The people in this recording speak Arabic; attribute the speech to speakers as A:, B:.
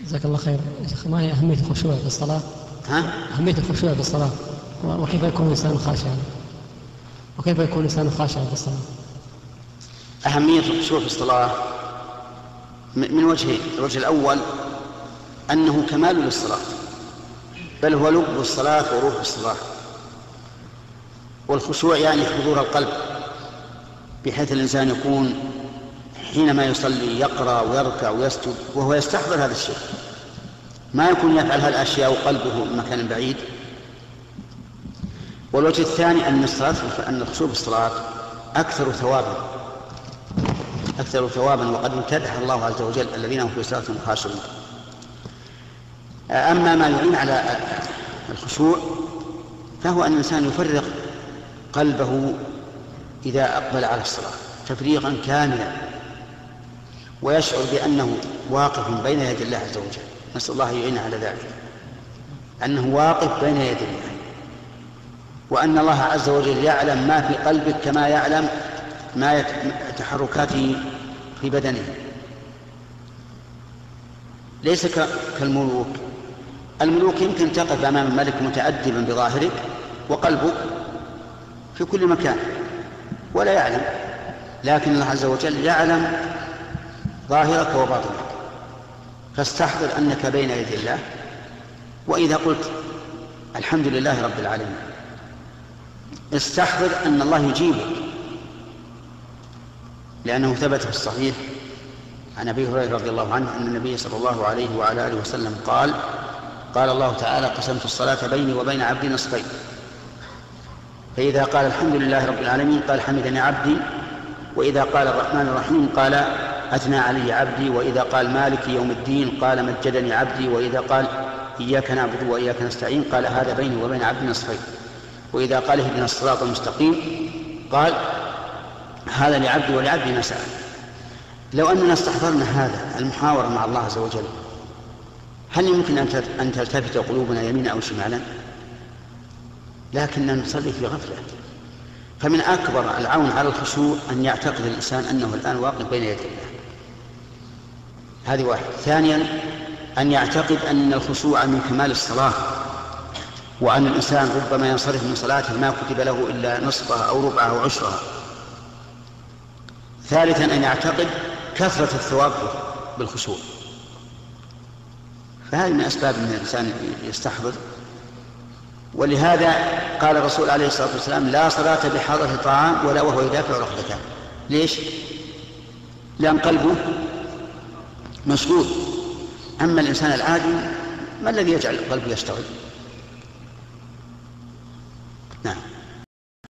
A: جزاك الله خير. ما هي أهمية الخشوع في الصلاة؟ أهمية الخشوع في الصلاة، وكيف يكون الإنسان خاشعا؟ وكيف يكون الإنسان خاشعا في الصلاة؟
B: أهمية الخشوع في الصلاة من وجهين. الوجه الأول أنه كمال للصلاة، بل هو لب الصلاة وروح الصلاة. والخشوع يعني حضور القلب، بحيث الإنسان يكون حينما يصلي يقرأ ويركع ويسجد وهو يستحضر هذا الشيء، ما يكون يفعل هذه الأشياء وقلبه مكان بعيد. والوجه الثاني أن الخشوع في الصلاة أكثر ثوابا، وقد امتدح الله عز وجل الذين هم في صلاتهم خاشعون. أما ما يعين على الخشوع فهو أن الإنسان يفرغ قلبه إذا أقبل على الصلاة تفريغا كاملا، ويشعر بأنه واقف بين يدي الله عز وجل. نسأل الله يعين على ذلك، أنه واقف بين يدي الله، وأن الله عز وجل يعلم ما في قلبك كما يعلم ما تحركاته في بدنه. ليس كالملوك. الملوك يمكن تقف أمام الملك متأدبا بظاهرك وقلبك في كل مكان ولا يعلم، لكن الله عز وجل يعلم ظاهرك وباطنك. فاستحضر أنك بين يدي الله، وإذا قلت الحمد لله رب العالمين استحضر أن الله يجيبك، لأنه ثبت في الصحيح عن أبي هريرة رضي الله عنه أن النبي صلى الله عليه وعلى آله وسلم قال الله تعالى: قسمت الصلاة بيني وبين عبدي نصفين، فإذا قال الحمد لله رب العالمين قال حمدني عبدي، وإذا قال الرحمن الرحيم قال أثنى علي عبدي، وإذا قال مالك يوم الدين قال مجدني عبدي، وإذا قال إياك نعبد وإياك نستعين قال هذا بيني وبين عبدي نصفين، وإذا قال اهدنا الصراط المستقيم قال هذا لعبدي ولعبدي ما سأل. لو أننا استحضرنا هذا المحاورة مع الله عز وجل، هل يمكن أن تلتفت قلوبنا يمينا أو شمالا؟ لكننا نصلي في غفلة. فمن أكبر العون على الخشوع أن يعتقد الإنسان أنه الآن واقف بين يدي الله. هذه واحد. ثانيا أن يعتقد أن الخشوع من كمال الصلاة، وأن الإنسان ربما ينصرف من صلاته ما كتب له إلا نصفها أو ربعها أو عشرها. ثالثا أن يعتقد كثرة الثواب بالخشوع. فهذه من أسباب أن الإنسان يستحضر. ولهذا قال الرسول عليه الصلاة والسلام: لا صلاة بحضرة طعام ولا وهو يدافع ركبتان. ليش؟ لأن قلبه مشغول. أما الإنسان العادي ما الذي يجعل قلبه يشتغل؟ نعم.